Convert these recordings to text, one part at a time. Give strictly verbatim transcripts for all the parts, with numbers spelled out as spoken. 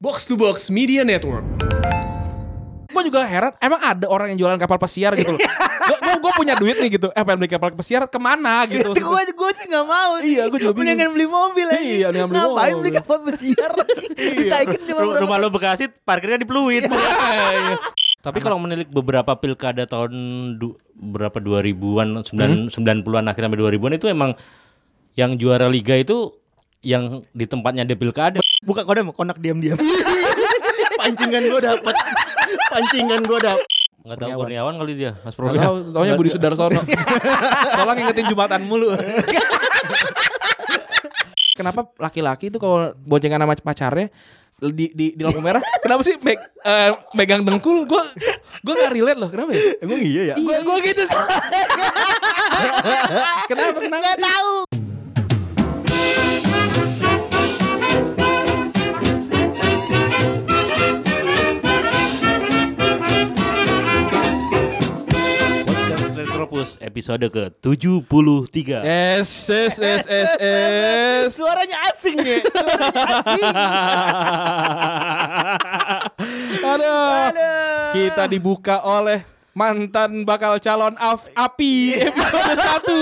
Box to Box Media Network. Gue juga heran, emang ada orang yang jualan kapal pesiar gitu loh. Gue punya duit nih gitu, eh pengen beli kapal pesiar kemana gitu. Gue gue sih nggak mau sih. Iya, gue juga bingung. Mendingan beli mobil aja. Iya, mendingan beli Ngapain mobil. beli kapal pesiar? Ditaikin cuma Ru- Rumah lo Bekasi, parkirnya di Pluit. Iya. Tapi kalau menilik beberapa pilkada tahun du- berapa dua ribuan, sembilan, sembilan puluhan akhir sampai dua ribuan itu emang yang juara liga itu yang di tempatnya ada pilkada. Buka kodam, konak diam-diam. Pancingan gue dapet. Pancingan gue dapet. Enggak tahu Kurniawan kali dia, Mas Tahu, Program. taunya Budi Sudarsono. Tolong ingetin Jumatan mulu. Kenapa laki-laki itu kalau boncengan sama pacarnya di di di lampu merah, kenapa sih meg, uh, megang dengkul? Gue gue nggak relate loh, kenapa ya? Emang iya ya? Gue gue gitu. Kenapa kenapa? Nggak tahu. Podcast Retropus episode ke tujuh puluh tiga. S S S S S. Suaranya asing ya. Suaranya asing. Aduh. Kita dibuka oleh mantan bakal calon Af- Api episode satu.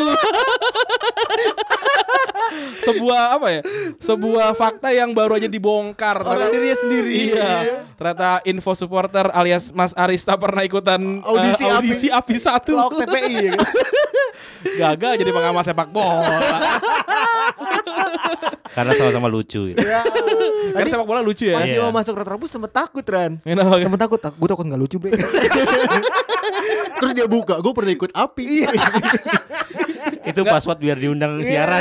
Sebuah apa ya? Sebuah fakta yang baru aja dibongkar Oleh dirinya sendiri. Iya. Ternyata info supporter alias Mas Arista pernah ikutan Audisi uh, audisi Api satu. Lok T P I ya kan. Gagal jadi pengamat sepak bola. Karena sama-sama lucu gitu. Karena sepak bola lucu ya. Pas dia Iya. mau masuk Retropus sempet takut Ran. Kenapa? Sempet takut, gue takut gak lucu be. Terus dia buka, gue pernah ikut Api. Itu password biar diundang siaran.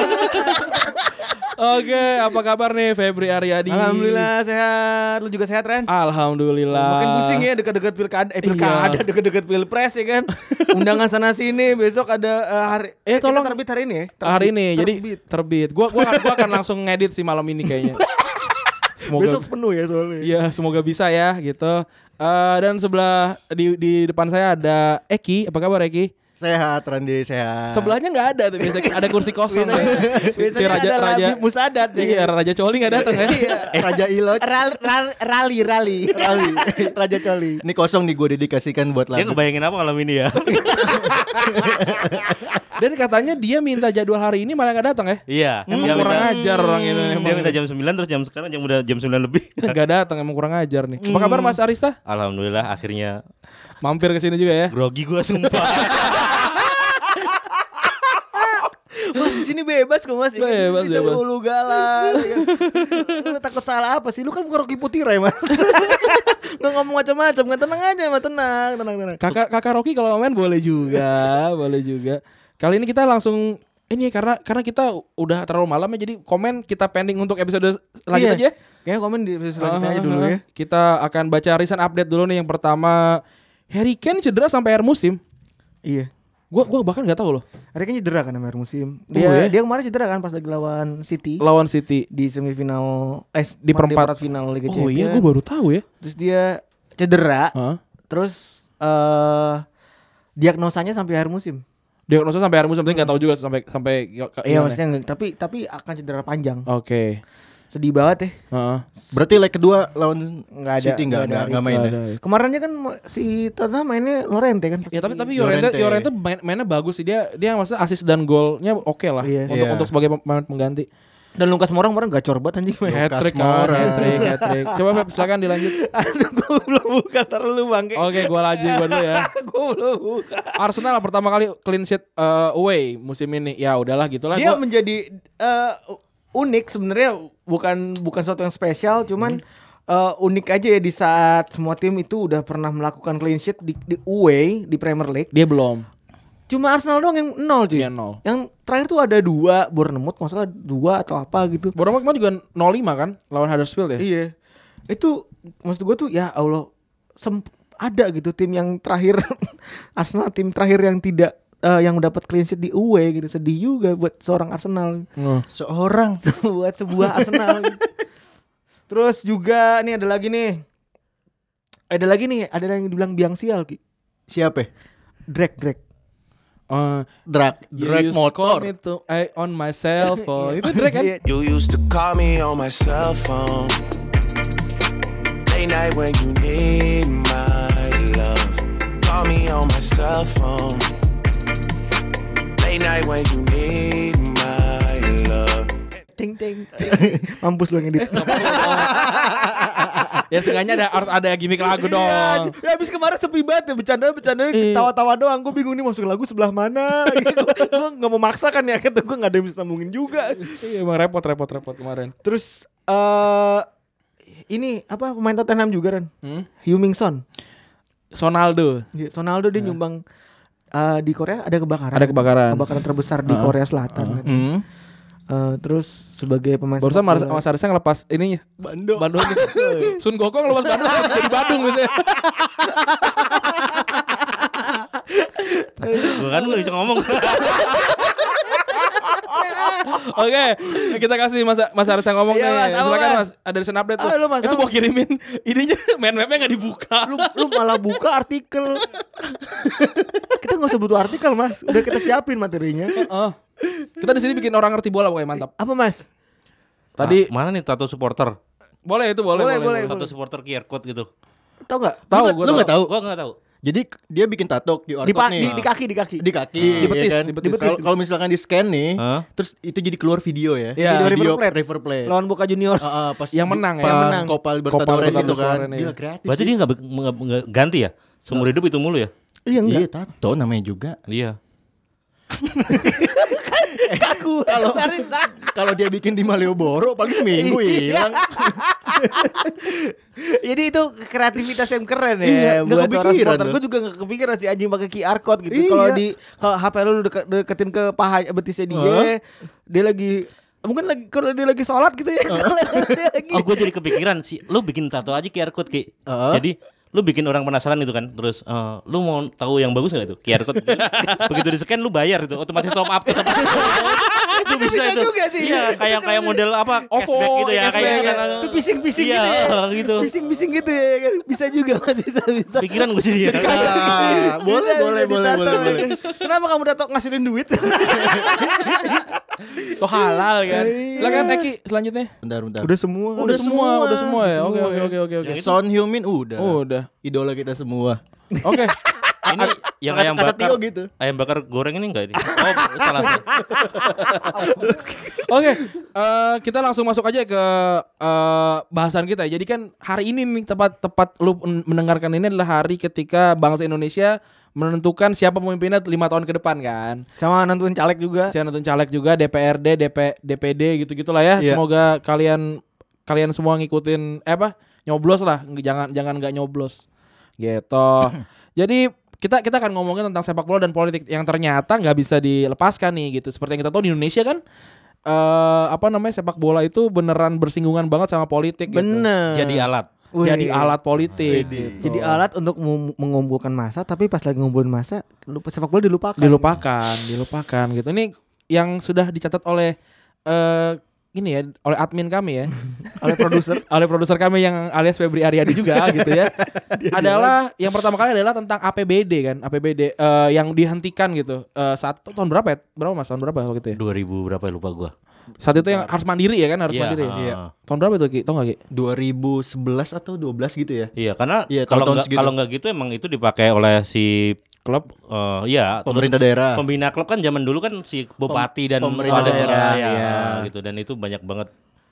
Oke, apa kabar nih Febri Aryadi? Alhamdulillah sehat. Lu juga sehat Ran? Alhamdulillah. Makin pusing ya dekat-dekat pilkada, eh pilkada, Iya. dekat-dekat pilpres ya kan. Undangan sana sini, besok ada uh, hari Eh, tolong. kita terbit hari ini ya. Terbit, Hari ini jadi terbit. terbit. Gua gua gua akan langsung ngedit sih malam ini kayaknya. Semoga Besok penuh ya soalnya. Iya, semoga bisa ya gitu. Eh, dan sebelah di di depan saya ada Eki. Apa kabar Eki? Sehat, Randi, sehat. Sebelahnya nggak ada tuh biasanya ada kursi kosong. Biasanya, si, si biasanya Raja ada Raja Labib Musadat ya. Iya, Raja Coli nggak datang ya. Raja Ilot. Ral- ral- Rali, rali, Rali. Raja Coli. Ini kosong nih, gue dedikasikan buat Dia lagu. ngebayangin apa malam ini ya? Dan katanya dia minta jadwal hari ini malah nggak datang ya. Iya. Emang Dia kurang minta- ajar orang ini. Dia Emang. minta jam sembilan terus jam sekarang jam udah jam sembilan lebih. Nggak datang, emang kurang ajar nih. Apa kabar Mas Arista? Alhamdulillah akhirnya Mampir ke sini juga ya. grogi gua sumpah. Mas di sini bebas kok Mas. Bebas, Bisa bebas. ulu galan. ya kan? Lu takut salah apa sih? Lu kan bukan Rocky Putira ya Mas. Lu ngomong macam-macam kan, tenang aja Mas, tenang, tenang, tenang. Kakak kakak Rocky kalau main boleh juga, boleh juga. Kali ini kita langsung ini karena karena kita udah terlalu malam ya, jadi komen kita pending untuk episode selanjutnya aja. Iya. Kayaknya komen di episode selanjutnya aja dulu ya. Kita akan baca recent update dulu nih. Yang pertama, Harry Kane cedera sampai akhir musim. Iya. Gua gua bahkan nggak tahu loh. Hari kan cedera kan akhir musim. Oh, Dia ya? dia kemarin cedera kan pas lagi lawan City Lawan City. di semifinal eh Di perempat. final Liga Oh iya, Champions. gua baru tahu ya. Terus dia cedera, Hah? terus eh diagnosanya sampai akhir musim. Diagnosa sampai akhir musim, tapi nggak tahu juga sampai sampai Iya maksudnya nggak- tapi tapi akan cedera panjang. Oke. Sedih banget ya. Heeh. Berarti leg kedua lawan Nggak ada, City nggak nggak nggak ada. nggak main Nggak ya. ada. Kemarinnya kan si Tottenham mainnya Llorente kan. Ya tapi tapi Llorente. Llorente Llorente main, mainnya bagus sih, dia dia maksudnya assist dan golnya oke lah Iya. untuk Iya. untuk sebagai pemain pengganti. Dan Lucas Moura kemarin gacor banget anjing. Hat trick kan, Moura. hat trick, hat trick. Coba Feb, silakan dilanjut. Aduh, gue belum buka terlalu bangke. Oke, gua lanjut gua dulu ya. Gue belum buka. Arsenal pertama kali clean sheet uh, away musim ini. Ya udahlah gitulah. Dia Gua- menjadi eh, unik sebenarnya, bukan bukan sesuatu yang spesial, cuman eh, unik aja ya di saat semua tim itu udah pernah melakukan clean sheet di, di away di Premier League. dia belum. Cuma Arsenal doang yang nol cuy. Dia nol. Yang terakhir tuh ada dua, Bournemouth masalah dua atau apa gitu. Bournemouth kemarin juga nol lima kan lawan Huddersfield ya. Iya. Itu maksud gue tuh ya Allah, semp- ada gitu tim yang terakhir Arsenal tim terakhir yang tidak eh, yang dapat clean sheet di away gitu. Sedih juga buat seorang Arsenal. Oh. Seorang Buat sebuah Arsenal. Terus juga nih ada lagi nih. Ada lagi nih, ada yang dibilang biang sial Ki. siapa? Drake Drake. Uh, Drag you Drag used to call motor. me to, I on my cell phone. Itu Drake kan? Iya. You used to call me on my cell phone. night when you need my love. Call me on my cell phone. Late night when you need my love. Ting ting. Mampus lu ngedit. Ya seenggaknya ada harus ada gimmick lagu dong. Ya habis kemarin sepi banget ya, bercanda-bercanda Iya. tawa-tawa doang. Gue bingung nih masuk lagu sebelah mana. Gue nggak mau maksa kan ya, kata gue nggak ada yang bisa sambungin juga. Iya emang repot repot repot kemarin. Terus eh ini apa pemain Tottenham juga kan? Hmm? Heung-min Son. Sonaldo. Iya, Sonaldo dia nyumbang eh, di Korea ada kebakaran. Ada kebakaran. Kebakaran terbesar di Korea Selatan. kan. Hmm. Eh, terus sebagai pemain Barusan sepak Mas, bola- Mas Arisnya ngelepas ininya Bando. Bandungnya. Sun Gokong ngelepas Bandung jadi Bandung misalnya. Gua kan gak bisa ngomong. Oke, kita kasih Mas Mas Arisnya ngomong Iya, nih. Mas, apa, Silakan Mas? Mas, ada recent update tuh. Ah, lu, Mas, Itu apa? mau kirimin ininya main mapnya enggak dibuka. lu, lu malah buka artikel. Kita nggak usah butuh artikel mas, udah kita siapin materinya. Heeh. Kita di sini bikin orang ngerti bola pokoknya mantap. Apa mas? Tadi Ah, mana nih tato supporter? boleh itu boleh Boleh, boleh. boleh. Tato supporter Q R code gitu. Tahu nggak? Tahu Lu gua lu nggak tahu? Gua enggak tahu. Jadi dia bikin tato Q R Di, code pa- nih. di, di kaki, di kaki. Di kaki, Di betis, ya kan? di betis. Kalau kalau misalkan di scan nih, Hah? terus itu jadi keluar video ya. Iya. Video River Plate. River Plate. Lawan Boca Juniors. Ah, ah, pas Yang menang ya, pas yang menang. Copa Copa Libertadores itu Libertadores kan. kemarin, iya. Gila kreatif. Berarti sih. dia enggak enggak ganti ya? Seumur hidup itu mulu ya? Iya enggak? Iya, tato namanya juga. Iya. Kaku. Kalau kalau dia bikin di Malioboro paling seminggu hilang. Jadi itu kreativitas yang keren ya. Iya, nggak buat seorang kepikiran supporter. tuh. Gue juga nggak kepikiran sih anjing pakai Q R code gitu. Iya. Kalau di kalau H P lu deket, deketin ke paha betisnya dia, Hah? dia lagi mungkin lagi kalau dia lagi sholat gitu ya. Dia lagi. Oh, gue jadi kepikiran sih. Lu bikin tato aja Q R code Ki. Heeh. Jadi lu bikin orang penasaran gitu kan. Terus eh, lu mau tahu yang bagus enggak itu? Q R code. Begitu di scan lu bayar itu otomatis top up. Itu bisa, bisa itu. juga sih. Iya, kayak kayak model apa? OVO, Cashback gitu ya, cashback kayak ya. kayak- Itu pising-pising Iya, gitu ya. gitu. Pising-pising gitu ya kan. Bisa juga mas, bisa bisa. Pikiran gue jadi. Ah, boleh, Bisa, boleh, bisa boleh, ditato, boleh, boleh. ya. Kenapa kamu dato ngasilin duit? Tuh halal kan. Silakan Eki selanjutnya. Bentar, bentar. Udah semua. Udah semua, udah semua ya. Oke oke oke oke oke. Son Heung-min udah. Oh, udah. Idola kita semua. Oke. Ini yang Kata- ayam kata bakar. Tio gitu. Ayam bakar goreng ini enggak ini? Oh, salah. Oke, eh, kita langsung masuk aja ke eh, bahasan kita. Jadi kan hari ini nih tepat tepat lu mendengarkan ini adalah hari ketika bangsa Indonesia menentukan siapa pemimpinnya lima tahun ke depan kan. Sama nentuin caleg juga. Saya nonton caleg juga, D P R D, D P, D P D gitu-gitulah ya. Iya. Semoga kalian kalian semua ngikutin eh apa? Nyoblos lah, Nggak- jangan jangan nggak nyoblos. Gitu. Jadi kita kita akan ngomongin tentang sepak bola dan politik yang ternyata nggak bisa dilepaskan nih gitu. Seperti yang kita tahu di Indonesia kan eh apa namanya sepak bola itu beneran bersinggungan banget sama politik gitu. Bener. Jadi alat. Jadi Wih. alat politik. Jadi alat untuk mem- mengumpulkan massa, tapi pas lagi ngumpulin massa, lupa sepak bola dilupakan. Dilupakan, dilupakan gitu. Ini yang sudah dicatat oleh eh ini ya, oleh admin kami ya. Oleh produser. oleh produser kami yang alias Febri Aryadi juga gitu ya. adalah yang pertama kali adalah tentang A P B D kan, A P B D eh, yang dihentikan gitu. Eh, saat tahun berapa ya? Berapa Mas? Tahun berapa waktu itu ya? dua ribu berapa ya lupa gua. Saat itu yang harus mandiri ya kan, harus Iya, mandiri. Ya? ah. Iya. Tahun berapa itu Ki? Tahu enggak Ki? dua ribu sebelas atau dua belas gitu ya. Iya, karena Iya, kalau tahun-tahun nggak segitu. kalau nggak gitu emang itu dipakai oleh si Klub eh iya, Pemerintah daerah. pembina klub kan zaman dulu kan si bupati dan pemerintah ada- daerah, ya, iya. gitu dan itu banyak banget.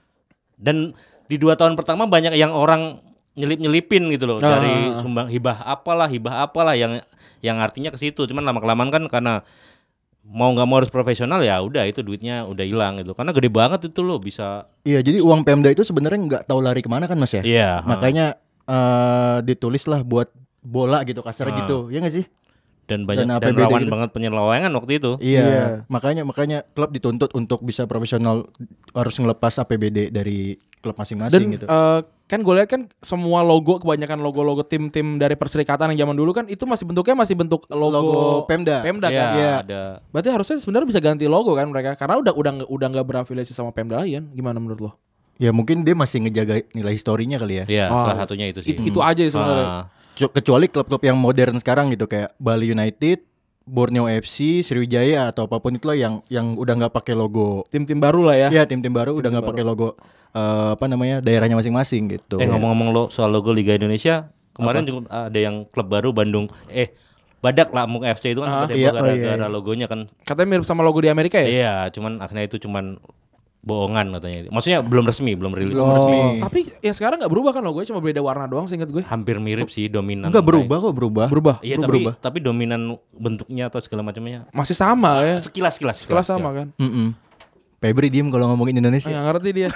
Dan di dua tahun pertama banyak yang orang nyelip-nyelipin gitu loh Ah. dari sumbang hibah apalah, hibah apalah yang yang artinya ke situ. Cuman lama-kelamaan kan karena mau nggak mau harus profesional ya udah itu duitnya udah hilang gitu. Karena gede banget itu loh bisa. Iya, jadi uang Pemda itu sebenarnya nggak tahu lari kemana kan Mas ya. Iya. Makanya eh ditulis lah buat bola gitu kasar Ah. gitu. Ya nggak sih? dan banyak Dan dan, A P B D rawan gitu. banget penyelewengan waktu itu. Iya. Iya. Makanya makanya klub dituntut untuk bisa profesional harus ngelepas A P B D dari klub Dan masing-masing gitu. eh, kan gue lihat kan semua logo, kebanyakan logo-logo tim-tim dari perserikatan yang zaman dulu kan itu masih bentuknya masih bentuk logo, Logo Pemda. Pemda Iya, kan. Iya. ada. Berarti harusnya sebenarnya bisa ganti logo kan mereka karena udah udah nggak- udah nggak berafiliasi sama Pemda lagi kan. Gimana menurut lo? Ya mungkin dia masih ngejaga nilai historinya kali ya. Iya, Oh, salah satunya itu sih. Itu, itu aja sebenarnya. Ah. Cu- Kecuali klub-klub yang modern sekarang gitu kayak Bali United Borneo F C, Sriwijaya atau apapun itulah yang yang udah nggak pakai logo. Tim-tim baru lah ya. Ya tim-tim baru udah nggak pakai logo uh, apa namanya daerahnya masing-masing gitu. Eh ngomong-ngomong lo soal logo Liga Indonesia, kemarin juga ada yang klub baru Bandung eh Badak Lampung F C itu Ah, kan iya, gara-gara oh, iya, iya. logonya kan. Katanya mirip sama logo di Amerika ya? Iya, cuman akhirnya itu cuman bohongan katanya. Maksudnya belum resmi, belum rilis. Belum resmi. Tapi ya sekarang nggak berubah kan logonya, cuma beda warna doang seingat gue. Hampir mirip sih dominan. Enggak berubah kok berubah. Berubah. Iya, tapi berubah. tapi dominan bentuknya atau segala macamnya Masih sama ya. sekilas sekilas Kelas sama kan. Mm-mm. Febri diem kalau ngomongin Indonesia. Nggak ngerti dia.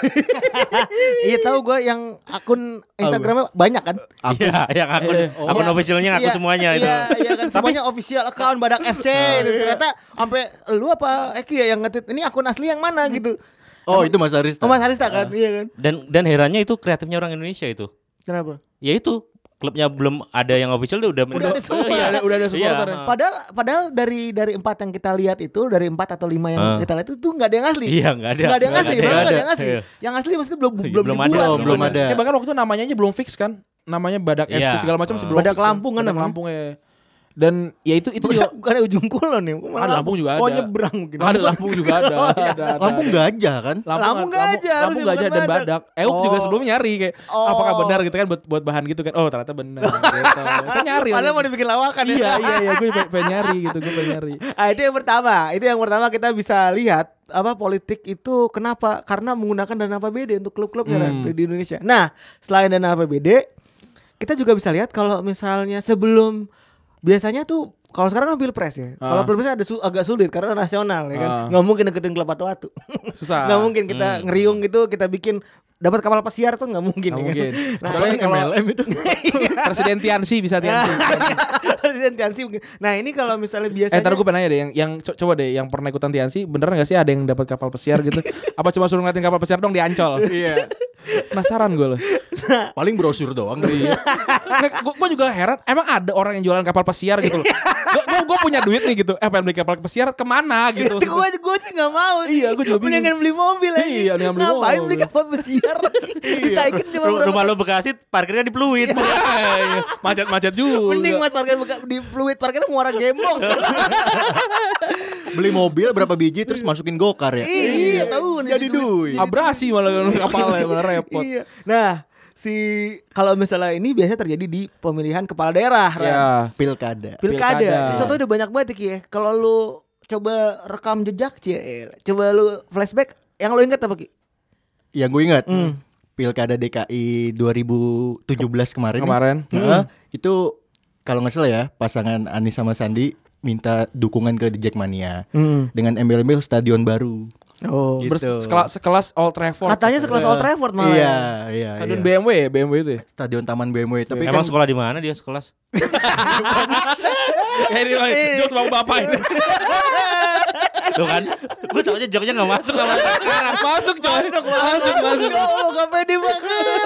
Iya tahu gue yang akun Instagramnya banyak kan. Iya, yang akun Iya. akun Iya, officialnya ngaku iya, semuanya itu. Iya, iya kan semuanya official account Badak F C. gitu. Ternyata sampai lu apa Eki ya yang nge-tweet ini akun asli yang mana gitu. Oh itu Mas Arista. Oh Mas Arista kan? Iya kan. Dan dan herannya itu kreatifnya orang Indonesia itu. Kenapa? Ya itu klubnya belum ada yang official dia udah Udah ada semua. Iya, Udah ada supporter iya, ya. Padahal padahal dari dari empat yang kita lihat itu dari empat atau lima yang Ah. kita lihat itu tuh nggak ada yang asli. Iya, nggak ada. Nggak ada yang Nggak asli. ada. Memang nggak ada Nggak yang asli. ada. Yang asli maksudnya belum Iya, belum belum dibuat. ada. Oh, gitu. belum ada. Ya bahkan waktu itu namanya aja belum fix kan. Namanya Badak F C Iya. segala macam masih belum Badak fix Lampung kan Badak namanya. Lampung ya. Dan ya itu itu juga Bukan, bukan ada ujung kulon ya. Malah Ada Lampung juga ada. Oh nyebrang mungkin. ada Lampung juga ada. Oh, iya. ada, ada, Lampung ada. gajah kan? Lampung gajah, Lampung, harusnya Lampung gajah bukan dan Badak. Badak. Euk juga Oh. sebelumnya nyari kayak Oh. apakah benar gitu kan buat buat bahan gitu kan. Oh ternyata benar gitu. Saya nyari. Padahal mau dibikin lawakan ya. Iya iya iya gue pengen, pengen nyari gitu, gue pengen nyari. Ah, itu yang pertama. Itu yang pertama kita bisa lihat apa politik itu kenapa? Karena menggunakan dana A P B D untuk klub-klubnya Hmm. kan, di Indonesia. Nah, selain dana A P B D, kita juga bisa lihat kalau misalnya sebelum biasanya tuh kalau sekarang kan pilpres ya. Ah. Kalau pilpres ada su- agak sulit karena nasional ya kan. Ah. Nggak mungkin deketin klub atu-atu. Susah. Nggak mungkin kita ngeriung gitu, kita bikin dapat kapal pesiar tuh nggak mungkin. Nggak ya kan? mungkin. Nah, Soalnya Paling kalau M L M itu. Presiden Tiansi bisa Tiansi. Presiden Tiansi mungkin. Nah, ini kalau misalnya Eh biasanya ntar gue pengen nanya deh yang, yang co- coba deh yang pernah ikutan Tiansi bener gak sih ada yang dapat kapal pesiar gitu? Apa cuma suruh ngeliatin kapal pesiar dong di Ancol? Iya. Penasaran gue loh. Paling brosur doang. Iya. Gue juga heran emang ada orang yang jualan kapal pesiar gitu loh. Gue gue punya duit nih gitu. Eh pengen beli kapal pesiar kemana gitu? gue gue sih nggak mau sih. Iya, gua juga bingung. Mendingan beli mobil aja. Iya, mendingan beli Ngapain mobil. beli kapal pesiar? Ditaikin cuma Ru- berapa? rumah lo Bekasi parkirnya di Pluit. Iya, macet-macet juga. Mending mas parkir buka- di fluid parkirnya muara gembong. Beli mobil berapa biji terus masukin gokar ya. Iya, tahu nih, Jadi duit. Abrasi malah kapalnya bener repot. Iya. Nah, si kalau misalnya ini biasa terjadi di pemilihan kepala daerah, Ran. Ya. Pilkada. Pilkada. Pilkada. Contohnya udah banyak banget Ki ya. Kalau lu coba rekam jejak Cie, coba lu flashback, yang lu inget apa Ki? Yang gue ingat Hmm. Pilkada D K I dua ribu tujuh belas kemarin. nih. Kemarin. Heeh, itu kalau nggak salah ya pasangan Anies sama Sandi minta dukungan ke The Jackmania Hmm. dengan embel-embel stadion baru. Oh. Gitu. Ber- sekelas, sekelas Old Trafford. Katanya sekelas Old Trafford malah. Iya, ya. iya. Stadion iya. B M W ya, B M W itu ya. Stadion Taman B M W. Tapi Emang kan sekolah di mana dia sekelas? Eh ini lagi jokes bang bapak ini. Tuh kan, gue tau aja joknya gak masuk sama sekarang. Masuk coy. Masuk masuk. Ya Allah, gak pede banget.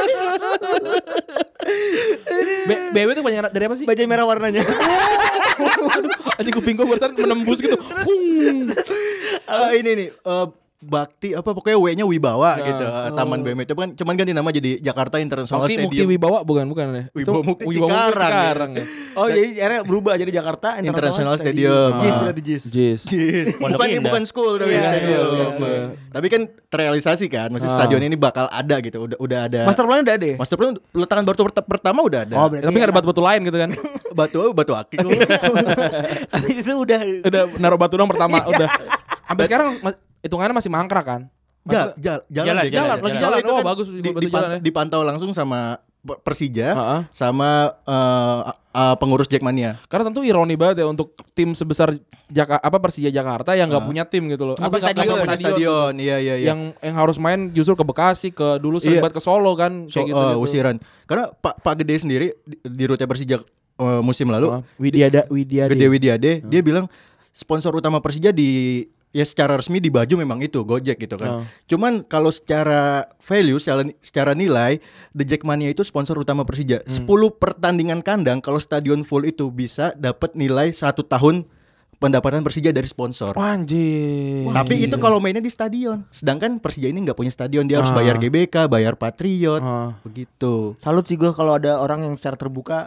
B- BMW itu banyak dari apa sih? Bajai merah warnanya. Anjing kuping gue barusan menembus gitu. Fung. Eh, ini nih eh, Bakti apa pokoknya W-nya Wibawa Ya. gitu. eh, Taman B M W itu kan cuman ganti nama jadi Jakarta International Mukti Mukti Stadium Wibawa bukan bukan ya? Wibawa Itu Mukti Wibawa Mukti Cikarang, Cikarang ya. Oh, jadi akhirnya berubah jadi Jakarta International Stadium. Jis Ah. berarti Jis. Jis. Jis. Pondok bukan Indah. bukan school tapi Iya, stadion. iya, iya. Tapi kan terrealisasi kan, maksudnya Ah. stadion ini bakal ada gitu. Udah udah ada. Master plan udah ada ya? Master plan peletakan batu pert- pertama udah ada. Oh, berarti Tapi nggak ada batu-batu lain gitu kan? batu batu akik. Habis itu udah Udah naruh batu dong pertama udah. Sampai sekarang ma- hitungannya masih mangkrak kan? Jal, jal, jalan, Jalan, deh, jalan, Lagi jalan. itu Oh, kan bagus, di- batu dipan- jalan ya. dipantau langsung sama P- Persija Heeh. sama eh, eh, pengurus Jackmania. Karena tentu ironi banget ya untuk tim sebesar Jaka, apa Persija Jakarta yang nggak Ah. punya tim gitu loh. Nggak Apa punya nggak stadion. punya Punya stadion, iya iya iya. Yang yang harus main justru ke Bekasi, ke dulu sering Iya. banget ke Solo kan So, kayak gitu. eh, usiran. Karena Pak Pak Gede sendiri di, di rute Persija eh, musim lalu, Widiada Widiade. Gede Widiade, dia bilang sponsor utama Persija di ya secara resmi di baju memang itu Gojek gitu Oh. kan. Cuman kalau secara value, secara, secara nilai, The Jackmania itu sponsor utama Persija. sepuluh pertandingan kandang kalau stadion full itu bisa dapat nilai satu tahun pendapatan Persija dari sponsor. Wah, anjir. Tapi itu kalau mainnya di stadion. Sedangkan Persija ini nggak punya stadion, dia harus Ah. bayar G B K, bayar Patriot, Ah. begitu. salut sih gue kalau ada orang yang secara terbuka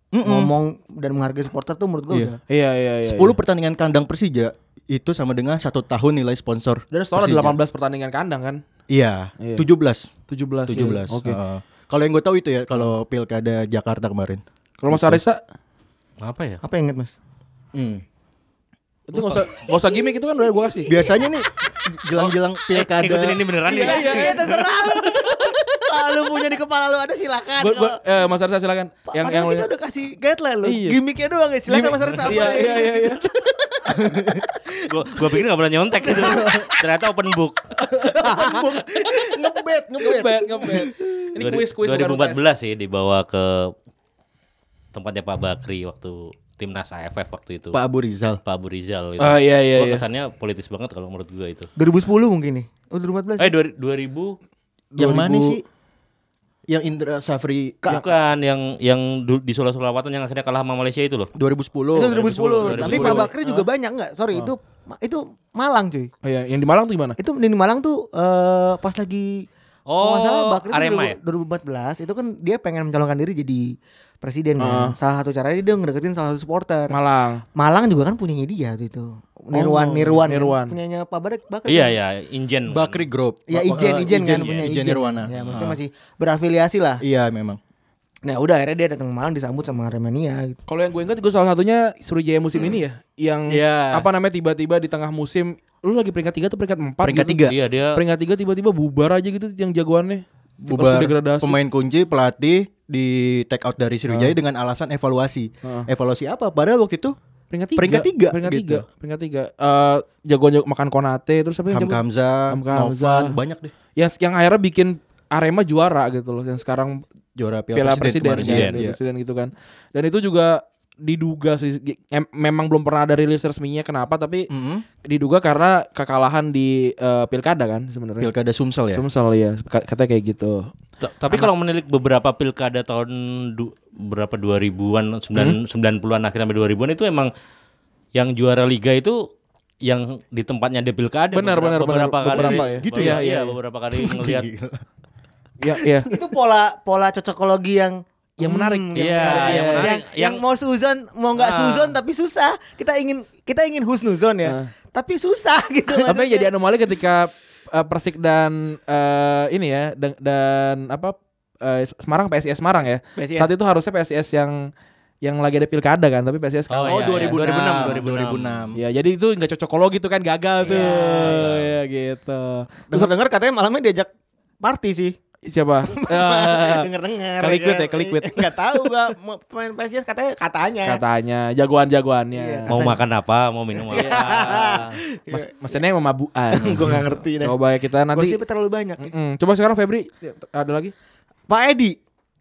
Mm-mm. ngomong dan menghargai supporter tuh menurut gue Iya. udah. Iya iya iya. sepuluh pertandingan kandang Persija itu sama dengan satu tahun nilai sponsor. Dan setelah Persija. delapan belas pertandingan kandang kan? Iya, Iya. tujuh belas. tujuh belas. tujuh belas. Oke. Heeh. Kalau yang gue tahu itu ya, kalau Pilkada Jakarta kemarin. Kalau Mas Arista Apa ya? Apa yang inget Mas? Hmm. itu enggak usah enggak usah gimmick itu kan udah gua kasih. Biasanya nih jelang-jelang Pilkada. Eh, ikutin ini beneran nih. Iya iya iya. terserah lu. Kalau lu punya di kepala lu ada silakan. Gua, gua, eh, Mas Arista silakan. yang Yang yang kita lu- udah kasih guideline lu. Iya. Gimmicknya doang ya. Silakan Mas Arista. Iya iya iya iya. Gua gua pikir enggak pernah nyontek gitu. Ternyata open book. ngebet, ngebet. Ngebet ngebet. Ini kuis kuis dua ribu empat belas sih dibawa ke tempatnya Pak Bakri waktu timnas A F F waktu itu. Pak Abu Rizal. Pak Abu Rizal itu. Ah iya iya Gua iya. kesannya politis banget kalau menurut gua itu. dua ribu sepuluh mungkin nih. Oh dua ribu empat belas. Eh dua- 2000 Yang mana dua ribu sih? Yang Indra Safri bukan yang yang du- di Solo Sulawatan yang akhirnya kalah sama Malaysia itu loh. dua ribu sepuluh. Itu dua ribu sepuluh. dua ribu Tapi sepuluh. Pak Bakri juga banyak enggak? Sorry itu itu Malang cuy. Oh iya, yang di Malang tuh gimana? Itu di Malang tuh eh, pas lagi kalau nggak salah Oh, Bakri tuh Arema ya? dua ribu empat belas itu kan dia pengen mencalonkan diri jadi presiden Ah. kan. Salah satu caranya dia ngedeketin salah satu supporter. Malang. Malang juga kan punyanya dia tuh itu. Nirwan Nirwan, kan? Nirwan. Punyanya Pak Bakri. Bakri Iya kan? ya, Injen. Bakri Group. Ya Ba- Ijen eh, Ijen kan Ijen, punya Ijen Nirwana. Ya maksudnya Ah. masih berafiliasi lah. Iya memang. Nah udah akhirnya dia datang ke Malang disambut sama Aremania gitu. Kalau yang gue ingat juga salah satunya Sriwijaya musim ini ya, yang Iya. apa namanya tiba-tiba di tengah musim, lu lagi peringkat tiga atau peringkat empat? Peringkat gitu. tiga. Iya dia Peringkat tiga tiba-tiba bubar aja gitu yang jagoannya. Bubar Langsung degradasi. pemain kunci pelatih di take out dari Sriwijaya dengan alasan evaluasi. Ah. Evaluasi apa? Padahal waktu itu Peringkat tiga. Peringkat tiga, Peringkat gitu. tiga. Peringkat tiga. Eh jagoan jago makan Konate terus apa yang Hamka jago? Hamzah, Hamka Hamzah. Novan, banyak deh Yang yang akhirnya bikin Arema juara gitu loh, yang sekarang juara Piala Piala Presiden, Presiden, kan, kemarin. Piala Iya. Presiden gitu kan. Dan itu juga diduga sih em- memang belum pernah ada rilis resminya kenapa, tapi Mm-mm. diduga karena kekalahan di eh, pilkada kan sebenarnya. Pilkada Sumsel ya. Sumsel ya, Ka- katanya kayak gitu. T- tapi kalau menilik beberapa pilkada tahun du- berapa dua ribuan, sembilan sembilan puluhan akhir sampai dua ribuan itu emang yang juara liga itu yang di tempatnya ada pilkada. Benar, beberapa, benar, benar. beberapa kali. Beberapa ya. Gitu Iya, ya? iya, Iya, iya. beberapa kali ngelihat. Gila. Iya, iya. Itu pola pola cocokologi yang Yang menarik. Hmm, Iya, yang, menarik. yang menarik. yang, Yang- yang mau suzon mau nggak Ah. suzon tapi susah. Kita ingin kita ingin husnuzon ya. Ah. Tapi susah gitu. Tapi yang maksudnya. jadi anomali ketika eh, Persik dan eh, ini ya dan, dan apa eh, Semarang P S I S Semarang ya. P S I S. Saat itu harusnya P S I S yang yang lagi ada pilkada kan, tapi P S I S Oh, kalah. Oh, iya, dua ribu enam, dua ribu enam. dua ribu enam. Ya, jadi itu nggak cocokologi tuh kan gagal tuh. Ya gitu. Terus dengar katanya malamnya diajak party sih. Siapa? Eh, Dengar-dengar. Kelikwit ya, kelikwit. Enggak tau gua mau pemain P S I S katanya katanya. katanya jagoan-jagoannya. Mau makan apa, mau minum apa. Mas, maksudnya memabuan. Gua enggak ngerti deh. Coba ya kita nanti. Gosipnya terlalu banyak. ya. Mm-mm. Coba sekarang Febri ada lagi? Pak Edi.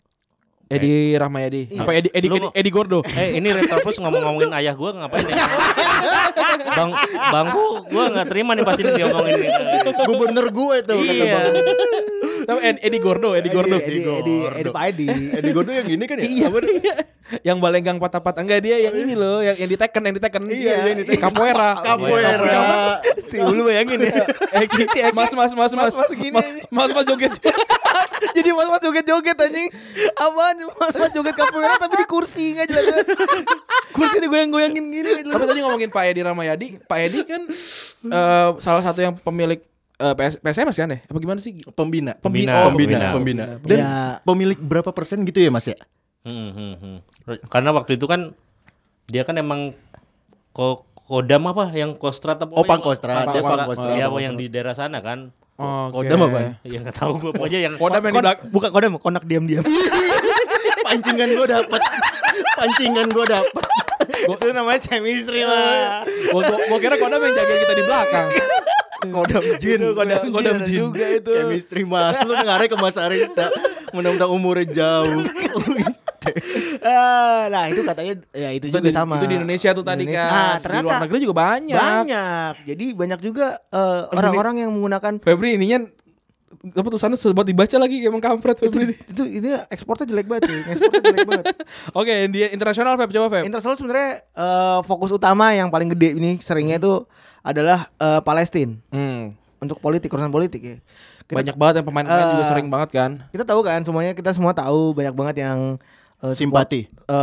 Edi Rahmayadi. Apa Edi Edi Lu Edi, mau- Edi Gordo? Eh ini Retropus ngomong-ngomongin ayah gua ngapain ya? Bang, bangku gua nggak terima nih pasti diomongin gitu. Gubernur gue tuh kata Iya. Bang. Tapi Edi, Edi Gordo, Edi Gordo. Edi, Edi, Edi, Pak Edi. Edi Gordo yang ini kan ya? Iya, iya. Yang balenggang patah-patah enggak dia yang ini loh, yang yang diteken, yang diteken. Iya, yang diteken. Capoeira. Capoeira. Si lu bayangin ya. Eh, mas, mas, mas, mas, Mas-mas gini. mas, mas, mas joget. Jadi mas-mas joget-joget anjing. Apaan mas-mas joget capoeira tapi di kursi enggak jelas. Kursi digoyang-goyangin gini nggak jelas. Tapi tadi ngomongin Pak Edi Rahmayadi, Pak Edi kan eh, salah satu yang pemilik eh, P S, P S M S kan ya? Apa gimana sih? Pembina. Pembina, Oh, Pembina, pembina. pembina. Dan Ya. pemilik berapa persen gitu ya Mas ya? Hmm, hmm, hmm. Karena waktu itu kan dia kan emang ko kodam apa yang kostrat apa? Oh, Pangkostrat. Pangkostrat. Dia Pangkostrat. Iya, apa yang di daerah sana kan? Oh, Kodam apa? Yang nggak tahu gua pokoknya yang Kodam yang di belakang. Bukan kodam, konak diam-diam. Pancingan gue dapet. Pancingan gue dapet. Itu namanya chemistry lah. Gua, gua, gua kira kodam yang jaga kita di belakang. Kodam jin. Kodam Kodam jin juga itu. Chemistry Mas. Lu ngarek ke Mas Arista. Mudah-mudahan umurnya jauh. Ah, nah itu katanya ya itu, Itu juga di, sama. itu di Indonesia tuh tadi Indonesia. kan. Ah, Di ternyata luar negeri juga banyak. banyak. Jadi banyak juga eh, orang-orang yang menggunakan Febri ininya apa tulisannya sebuat dibaca lagi kayak emang kampret Febri. itu ini ekspornya jelek banget sih. Ekspornya jelek banget. Oke, dia internasional Feb coba Feb. Internasional sebenarnya eh, fokus utama yang paling gede ini seringnya itu adalah eh, Palestina Hmm. untuk politik, urusan politik ya. Kita, Banyak banget yang pemain-pemain Eh, juga sering banget kan. kita tahu kan semuanya kita semua tahu banyak banget yang eh, Simpati. support, eh,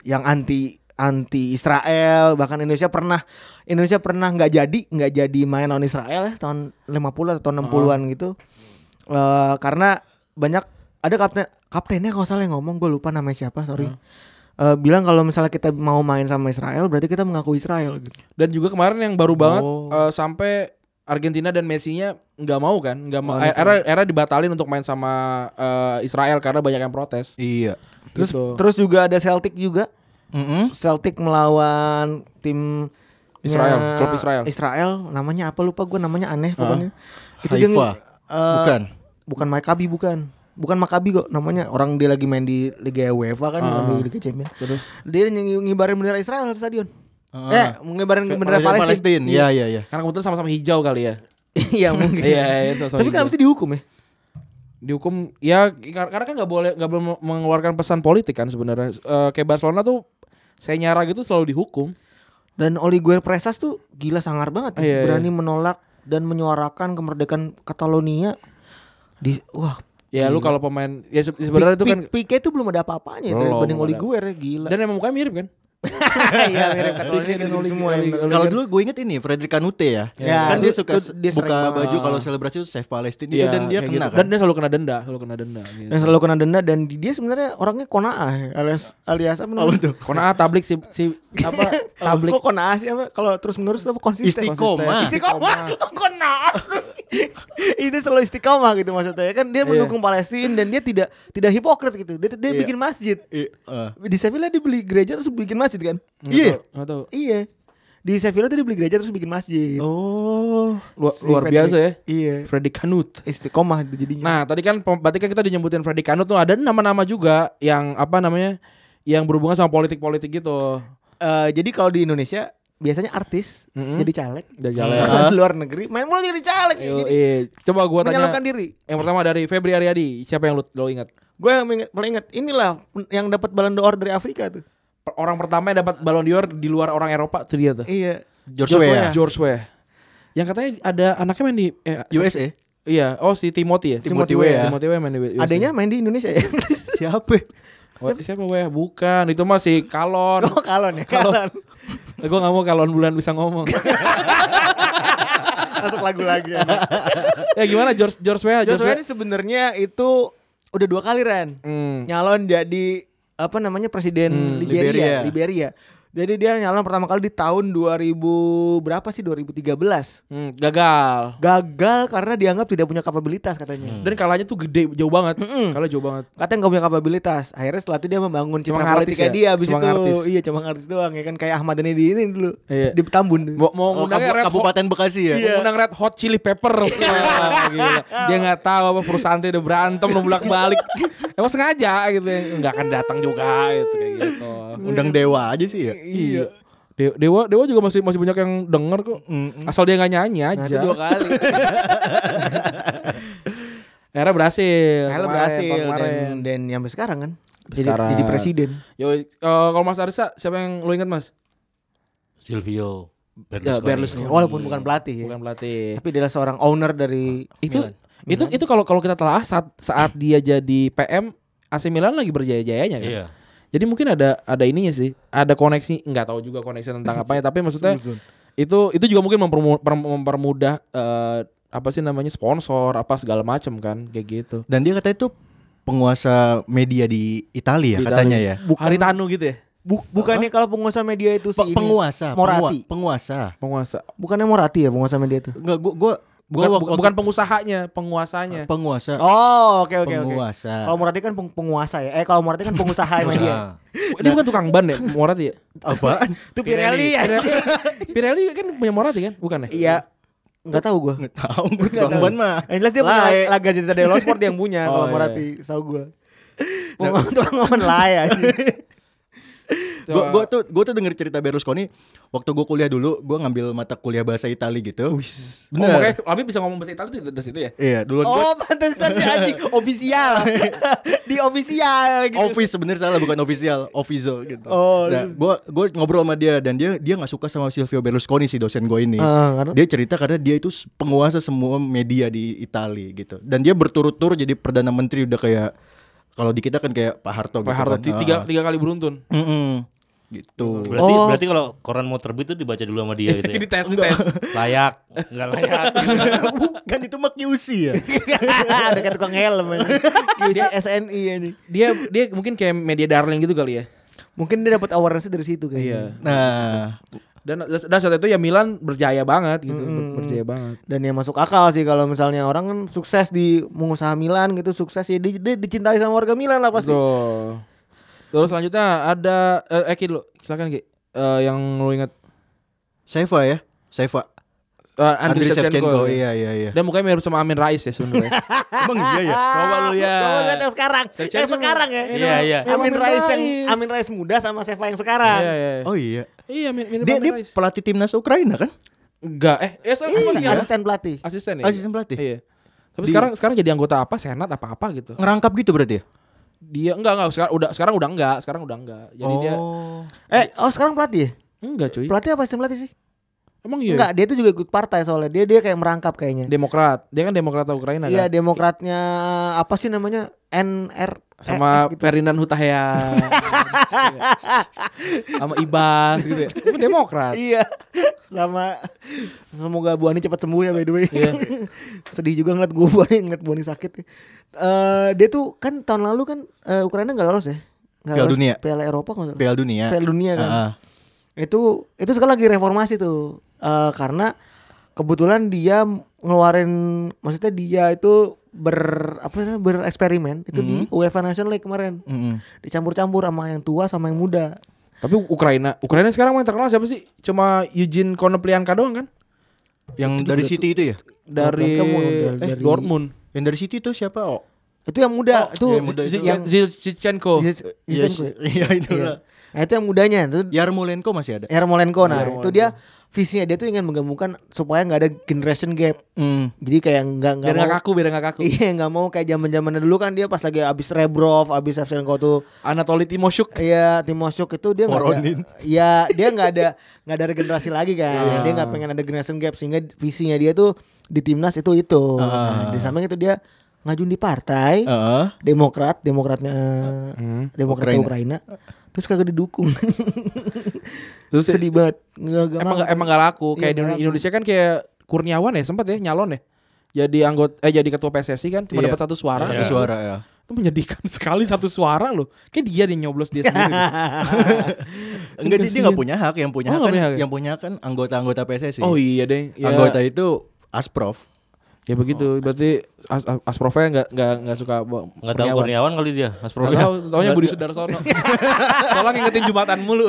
yang anti anti Israel, bahkan Indonesia pernah Indonesia pernah nggak jadi nggak jadi main lawan Israel ya tahun lima puluh atau enam puluhan gitu. Uh, karena banyak ada kapten kaptennya kalau salah yang ngomong, gue lupa namanya siapa, sorry. Uh, bilang kalau misalnya kita mau main sama Israel berarti kita mengakui Israel gitu. Dan juga kemarin yang baru banget Oh. uh, sampai Argentina dan Messi-nya nggak mau kan, nggak mau. Oh, Era era dibatalin untuk main sama uh, Israel karena banyak yang protes. Iya. Terus Gitu. terus juga ada Celtic juga. Mm-mm. Celtic melawan tim Israel, nya- klub Israel. Israel namanya apa lupa gue, namanya aneh Ah. pokoknya. Itu dia Haifa. nge- eh, Bukan. bukan Maccabi, bukan. Bukan Maccabi kok namanya. Orang dia lagi main di Liga UEFA kan, Ah. di Liga Champions. Terus Dia ng- ngibarin bendera Israel di stadion. Ah. Eh, ngibarin bendera Palestina. Palestina. Iya, iya, iya. karena kebetulan sama-sama hijau kali ya. Iya mungkin. Iya, iya, sama-sama Tapi kan hijau. mesti dihukum ya. Dihukum ya kar- karena kan nggak boleh nggak boleh mengeluarkan pesan politik kan sebenarnya. Eh, kayak Barcelona tuh saya nyara gitu selalu dihukum. Dan Olivier Presas tuh gila sangar banget ya. Iya, Berani menolak dan menyuarakan kemerdekaan Catalonia di wah. Ya lu kalau pemain ya se- sebenarnya itu kan Pique itu belum ada apa-apanya Belum, dibanding belum ada. Olivier ya, gila. dan emang mukanya mirip kan. Iya mirip Catalonia Pique dan gitu Oli- semua. Oli- yang- Kalau dulu gue inget ini Frederick Kanute ya. Ya, kan dia itu- suka itu dia sering buka banget. baju kalau selebrasi itu Save Palestine itu Iya, dan dia kayak kena gitu. kan. Dan dia selalu kena denda, selalu kena denda gitu. yang selalu kena denda dan dia sebenarnya orangnya konaah ya, alias alias apa namanya? tuh? Karena ah, tablik si si apa tablik Kok konaah sih apa? Kalau terus menerus apa konsisten? Istiqomah. Istiqomah. Konaah. Itu selalu istiqomah gitu maksudnya. Kan dia Iya. mendukung Palestina dan dia tidak tidak hipokrit gitu. Dia dia Iya. bikin masjid. I- eh. Di Sevilla dia beli gereja terus bikin masjid kan? Iya. Nggak tahu. Iya. Di Sevilla tuh dia beli gereja terus bikin masjid. Oh. Luar, Si luar Frederick- biasa ya. Iya. Freddy Kanut. Istiqomah itu jadinya. Nah, tadi kan pem- berarti kan kita dinyebutin Freddy Kanut tuh ada nama-nama juga yang apa namanya? Yang berhubungan sama politik-politik gitu. Eh, jadi kalau di Indonesia biasanya artis Mm-mm. jadi caleg. Udah jalan. Kalau di luar negeri main mulu jadi caleg. Yo, Jadi iya. Coba gua tanya. menyalurkan diri. Yang pertama dari Febri Aryadi. Siapa yang lu, lu ingat? Gue yang inget, paling inget inilah yang dapat Ballon d'Or dari Afrika tuh. Per- Orang pertama yang dapat Ballon d'Or di luar orang Eropa tuh dia tuh. Iya. George Weah. George Weah. Yang katanya ada anaknya main di eh, U S A. Iya, oh si Timothy ya. Timothy Weah. Timothy Weah main di U S A. Adanya main di Indonesia ya. Siapa? Wah, siapa Weah? Bukan, itu mah si Kalon. Oh kalon ya. Kalon. Kalon. Gue gak mau Kalon Bulan bisa ngomong. Masuk lagu lagi. Ya gimana George George Weah? George Weah ini sebenarnya itu udah dua kali Ran. Hmm. Nyalon jadi apa namanya presiden Hmm, Liberia, Liberia. Liberia. Jadi dia nyalon pertama kali di tahun dua ribu berapa sih dua ribu tiga belas. Hmm, gagal. Gagal karena dianggap tidak punya kapabilitas katanya. Dan kalahnya tuh gede jauh banget. Mm-mm. Kalah jauh banget. Katanya nggak punya kapabilitas. Akhirnya setelah itu dia membangun Cuma citra ngartis politiknya ya? dia abis Cuma itu. ngartis. Iya cuma ngartis doang ya kan kayak Ahmad Dhani di ini dulu. Iya. Di Tambun. Mau, mau Oh, ngundangnya Kabu- Red Hot, Kabupaten Bekasi ya. Iya. mau ngundang Red Hot Chili Peppers. Wah, gila. Dia nggak tahu apa perusahaannya udah berantem lu bolak balik. Emang sengaja gitu ya. Nggak akan datang juga gitu kayak gitu. Undang Dewa aja sih ya. Iya. De- Dewa Dewa juga masih masih banyak yang denger kok. Asal dia nggak nyanyi Nah, itu aja. dua kali. Akhirnya berhasil. Akhirnya kemarin, berhasil tahun dan kemarin. dan sampai sekarang kan. Jadi, Sekarang. jadi presiden. Yo, eh, kalau Mas Arisa siapa yang lu ingat Mas? Silvio Ya, Berlusconi. Berlusconi. Walaupun bukan pelatih ya. Bukan pelatih. Tapi dia adalah seorang owner dari Itu Milan. itu itu kalau kalau kita telah saat saat dia jadi P M A C Milan lagi berjaya-jayanya kan. Iya. Jadi mungkin ada ada ininya sih, ada koneksi, nggak tahu juga koneksi tentang apanya, tapi maksudnya itu itu juga mungkin mempermu- per- mempermudah eh, apa sih namanya sponsor apa segala macam kan kayak gitu. Dan dia katanya itu penguasa media di Italia Di katanya Italia. ya. Bukan- Haritanu gitu ya, Bu- bukannya kalau penguasa media itu si Pe- ini, penguasa, Moratti. pengua- penguasa. penguasa. Bukannya Moratti ya penguasa media itu? Enggak, gua gua Bukan, gua bu- waktu- bukan pengusahanya, penguasanya. penguasa. Oh, oke oke oke. penguasa. Kalau Moratti kan peng- penguasa ya. Eh kalau Moratti kan pengusaha media. Nah, Dia bukan tukang ban ya, Moratti ya? Apaan? Itu Pirelli ya. Pirelli, Pirelli kan punya Moratti kan, bukan ya? Iya. Enggak tahu gua. Nggak tahu gue tukang ban mah. Yang jelas dia punya Lae. La Gazzetta dello Sport yang punya Oh, kalau iya. Moratti, tahu gua. Ngomong tukang ngomong lain aja. Gue gua tuh gue tuh denger cerita Berlusconi waktu gue kuliah dulu, gue ngambil mata kuliah bahasa Itali gitu. Oh, Bener. makanya Abi bisa ngomong bahasa Italia itu dari situ ya? Iya, dulu gue Oh, pantesan si anjing official. Di official gitu. office sebenarnya salah, bukan official, officio gitu. Oh, Nah, gue gue ngobrol sama dia dan dia dia nggak suka sama Silvio Berlusconi si dosen gue ini. Ah, karena- Dia cerita karena dia itu penguasa semua media di Itali gitu. Dan dia berturut-turut jadi perdana menteri udah kayak kalau di kita kan kayak Pak Harto Pak gitu Harto kan. ti- tiga Ah. tiga kali beruntun. Mm-mm. gitu. Berarti Oh. berarti kalau koran mau terbit itu dibaca dulu sama dia gitu ya. Jadi tes tes. Layak, enggak layak. Bukan itu mah Q C ya. Ada kayak tukang helm ini. Q C S N I ini. Dia dia mungkin kayak media darling gitu kali ya. Mungkin dia dapat awareness dari situ kayaknya. Iya. Nah, Dan dan saat itu ya Milan berjaya banget gitu, ber- berjaya banget. Dan ya masuk akal sih kalau misalnya orang kan sukses di pengusaha Milan gitu, sukses ya dia, dia dicintai sama warga Milan lah pasti. Betul. Terus selanjutnya ada eh, Eki dulu, silakan Ki. Eh, yang lu ingat Seva ya, Seva. Eh, Andriy Andriy Shevchenko. Shevchenko, iya iya iya. Dan mukanya mirip sama Amin Rais ya sebenarnya. Emang iya ya. Coba lu ya. Coba lihat yang sekarang. Shevchenko Yang sekarang ya. Iya, iya. Amin Amin Rais yang Rais. Amin Rais muda sama Seva yang sekarang. Iya, iya. Oh iya. Iya, mir- mirip Dia Amin dia Rais. pelatih timnas Ukraina kan? Enggak, eh, eh so- apa Iya, dia? asisten pelatih. Asisten ya? Asisten pelatih. Iya. Tapi Di- sekarang sekarang jadi anggota apa? Senat apa apa gitu. Ngerangkap gitu berarti ya? Dia enggak enggak sekarang udah sekarang udah enggak, sekarang udah enggak. Jadi dia Oh. Eh, oh sekarang pelatih ya? enggak cuy. Pelatih apa asisten pelatih sih? Emang iya. Enggak, dia tuh juga ikut partai soalnya. Dia dia kayak merangkap kayaknya. Demokrat. Dia kan Demokrat Ukraina Iya, kan. demokratnya apa sih namanya? N R Sama F gitu. Ferdinand Hutahian. Sama Ibas gitu ya. Itu Demokrat. Iya. Sama semoga Bu Ani cepat sembuh ya by the way. Iya. Sedih juga ngeliat gue Bu Ani, ngeliat Bu Ani sakit. Eh dia tuh kan tahun lalu kan eh, Ukraina enggak lolos ya. Nggak Piala lolos Dunia. Piala Eropa kalau nggak salah. Piala Dunia. Piala Dunia kan. Ah. Itu itu sekarang lagi reformasi tuh. Eh, karena kebetulan dia ngeluarin, maksudnya dia itu ber apa namanya bereksperimen itu di UEFA Nations League kemarin. Mm-mm. Dicampur-campur sama yang tua sama yang muda. Tapi Ukraina, Ukraina sekarang yang terkenal siapa sih? Cuma Eugene Konoplyanka doang kan? Yang dari City itu ya? Dari Konoplyanka mau eh, dari- Dortmund. Yang dari City itu siapa? Oh. Itu yang muda, itu yang muda itu. yang Zilchenko. Ziz- Zizenko ya? Iya itu Iya. lah. Nah, itu yang mudanya itu Yarmolenko masih ada. Yarmolenko. Nah, Yarmolenko. itu dia visinya dia tuh ingin menggabungkan supaya nggak ada generation gap. Hmm. Jadi kayak nggak nggak Biar nggak mau kaku, biar nggak kaku. iya nggak mau kayak zaman zamannya dulu kan dia pas lagi abis Rebrov, abis Shevchenko tuh Anatoly Timoshuk. iya Timoshuk itu dia nggak ada, Voronin. iya dia nggak ada nggak ada regenerasi lagi kan. Dia nggak pengen ada generation gap sehingga visinya dia tuh di timnas itu itu. Nah, di samping itu dia ngajuin di partai Heeh. Demokrat, Demokratnya Demokrat Ukraina. Ukraina. Terus kagak didukung. Terus Sedih banget. Nggak, nggak emang mau. nggak- emang gak laku. Iya, Kayak di nggak laku. Indonesia kan kayak Kurniawan ya sempat ya nyalon ya. Jadi anggota eh jadi ketua P S S I kan cuma Iya. dapat satu suara. Satu suara ya. Itu menyedihkan sekali satu suara loh. Kayak dia yang nyoblos dia sendiri. gitu. Enggak dia dia nggak punya hak, yang punya Oh, hak nggak kan, punya hak ya? yang punya hak kan anggota-anggota P S S I. Oh iya deh. Ya, Anggota itu Asprov. ya begitu. Berarti As As Asprofnya nggak nggak nggak suka bo- Enggak tahu Kurniawan kali dia, Mas Pro. Nggak tahu, taunya Budi Sudarsono. Tolong ingetin Jumatan mulu.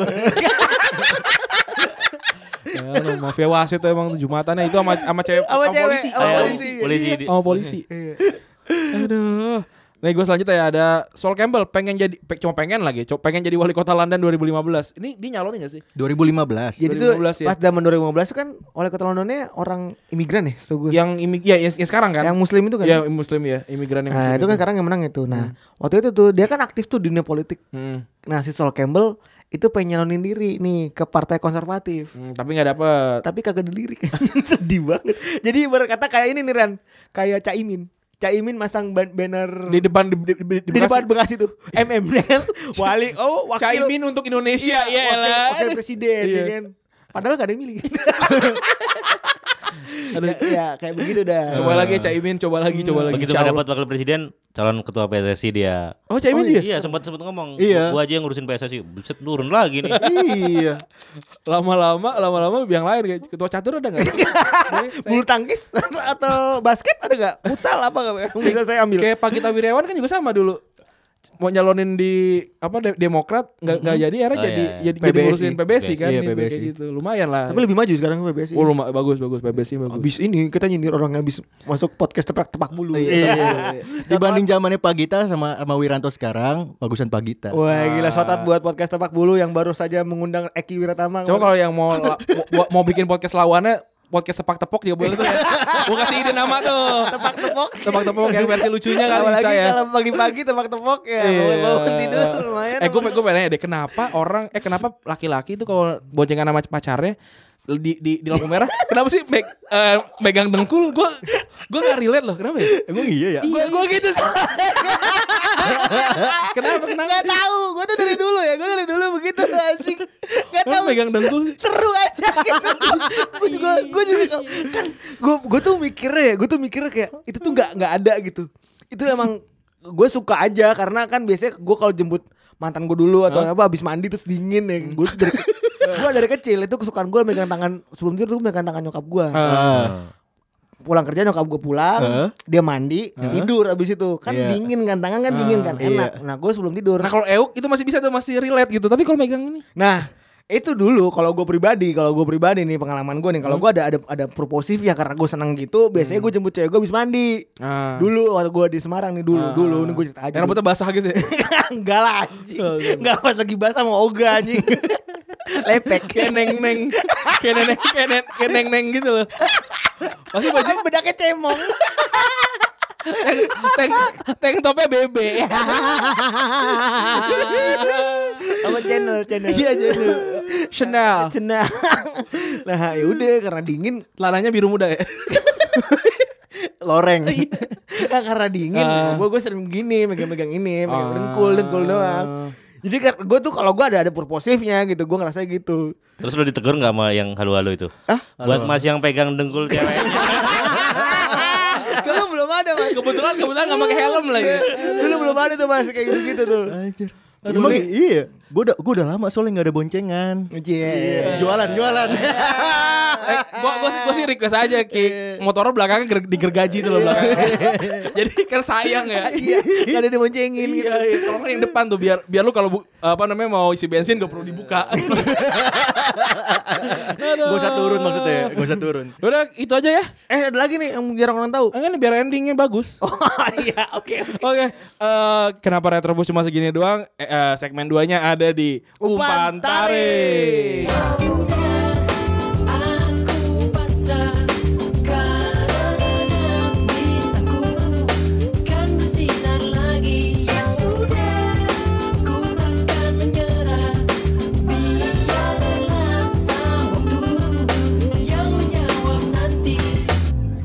Ya, no, mafia wasit tuh emang Jumatannya itu sama sama cewek Sama cewek, polisi. sama Sama polisi. Polisi di Sama polisi. Aduh. Nih gue selanjutnya ya ada Sol Campbell pengen jadi pe- cuma pengen lagi, co- pengen jadi wali kota London dua ribu lima belas. Ini dia nyalonin gak sih? dua ribu lima belas. Jadi dua ribu tuh lima belas ya? pas zaman dua ribu lima belas tuh kan oleh kota Londonnya orang imigran ya, setahu gue. Yang imig ya, yang, yang sekarang kan? Yang muslim itu kan. Ya muslim ya, imigran yang Nah, muslim itu kan sekarang yang menang itu. Nah, waktu itu tuh dia kan aktif tuh di dunia politik. Hmm. Nah, si Sol Campbell itu pengen nyalonin diri nih ke partai konservatif. Hmm, tapi nggak dapet. Tapi kagak dilirik. Sedih banget. Jadi ibarat kata kayak ini nih Ran, kayak Caimin. Caimin masang ban- banner Di depan di, di, di, di depan Bekasi tuh. M M kan wali oh wakil Caimin untuk Indonesia iya, ya wakil, elah. wakil presiden Iya. ya kan. Padahal gak ada yang milih. ya, ya kayak begitu dah. Coba lagi Caimin, coba lagi, coba lagi. begitu Insya nggak Allah. dapat wakil presiden, calon ketua P S S I dia. Oh Caimin Oh, dia? Iya, sempat sempat ngomong. Iya. Gua aja yang ngurusin P S S I. Buset, turun lagi nih. Iya. Lama-lama, lama-lama yang lain kayak ketua catur ada nggak? Bulu tangkis atau basket ada nggak? Futsal apa nggak? Yang bisa saya ambil. Kayak Pak Gita Wirjawan kan juga sama dulu. Mau nyalonin di apa de- Demokrat nggak nggak jadi akhirnya Oh, jadi iya, iya. jadi jadi P B S I. ngurusin P B S I kan Iya, gitu, P B S I. kayak gitu. Lumayan lah. Tapi lebih maju sekarang P B S I. Oh, luma- bagus bagus P B S I bagus. Abis ini kita nyindir orang yang habis masuk podcast tepak-tepak mulu. Iya. Dibanding zamannya Pak Gita sama sama Wiranto sekarang, bagusan Pak Gita. Wah gila shout out buat podcast tepak bulu yang baru saja mengundang Eki Wiratama. Coba kalau yang mau la- mau, mau bikin podcast lawannya podcast sepak tepok juga boleh tuh ya. Gua kasih ide nama tuh. tepak-tepok. Tepak tepok yang versi lucunya kan Apalagi bisa ya. kalau pagi-pagi tepak-tepok ya. Iya. Bangun tidur lumayan. Eh gue gue pengen nanya deh kenapa orang eh kenapa laki-laki itu kalau boncengan sama pacarnya di di di lampu merah kenapa sih meg, eh, megang dengkul gue gue nggak relate loh kenapa ya Emang iya ya? Gue gue gitu. kenapa kenapa Gak sih? tahu. Gue tuh dari dulu ya. Gue dari dulu begitu anjing. megang dengkul sih? Seru aja gitu. Gue juga gue juga kan gue gue tuh mikirnya ya, gue tuh mikirnya kayak itu tuh nggak nggak ada gitu. Itu emang gue suka aja karena kan biasanya gue kalau jemput mantan gue dulu atau apa habis mandi terus dingin ya. Gue dari gue dari kecil itu kesukaan gue megang tangan sebelum tidur tuh megang tangan nyokap gue. Pulang kerja nyokap gue pulang, Uh. dia mandi, Uh. tidur abis itu kan Iya. dingin kan tangan kan dingin kan enak. Iya. Nah gue sebelum tidur. Nah kalau Euk itu masih bisa tuh, masih relate gitu. Tapi kalau megang ini, Nah itu dulu kalau gue pribadi, kalau gue pribadi nih pengalaman gue nih, kalau gue ada ada ada proposif ya karena gue seneng gitu, biasanya gue jemput cewek gue habis mandi. Ah. Dulu waktu gue di Semarang nih dulu, Ah. dulu nih gue cerita aja. yang rambutnya basah gitu ya. Enggak lah anjing. Enggak pas lagi basah mau ogah anjing. Lepek. Kayak neng-neng, kayak neneng, kayak nen- kayak neng-neng gitu loh. Masih baju Baju bedaknya cemong. tank, tank, tank topnya bebe. Sama channel channel. Iya jadi Chanel. Cenah. Nah, ya udah karena dingin, Lananya biru muda ya. Loreng. ya karena dingin, Ah. gue gue sering gini megang-megang ini, megang Ah. dengkul, dengkul doang. Jadi gue tuh kalau gue ada ada purposifnya gitu, gue ngerasa gitu. Terus lo ditegur nggak sama yang halu-halu itu? Ah, Buat mas yang pegang dengkul ceweknya. Dulu belum ada mas. Kebetulan kebetulan nggak pakai helm lagi. Dulu belum ada tuh mas kayak gitu-gitu tuh. Anjir. Emang iya, gue udah gue udah lama soalnya nggak ada boncengan. Iya. Jualan, jualan. Eh, gua gua sih gua sih request aja Ki. Motornya belakangnya ger- digergaji tuh loh belakangnya. Jadi kan sayang ya. Iya. Gak ada diboncengin gitu. Iya, iya. Kalau nggak yang depan tuh biar biar lu kalau bu- apa namanya mau isi bensin gak perlu dibuka. Gue usah turun maksudnya, gue usah turun. Udah itu aja ya. Eh ada lagi nih yang jarang orang tahu. Enggak nih biar endingnya bagus. Oh iya oke. Oke, eh, kenapa Retrobus cuma segini doang? Eh, eh, segmen duanya ada di Umpan Umpan Tarik. Tarik.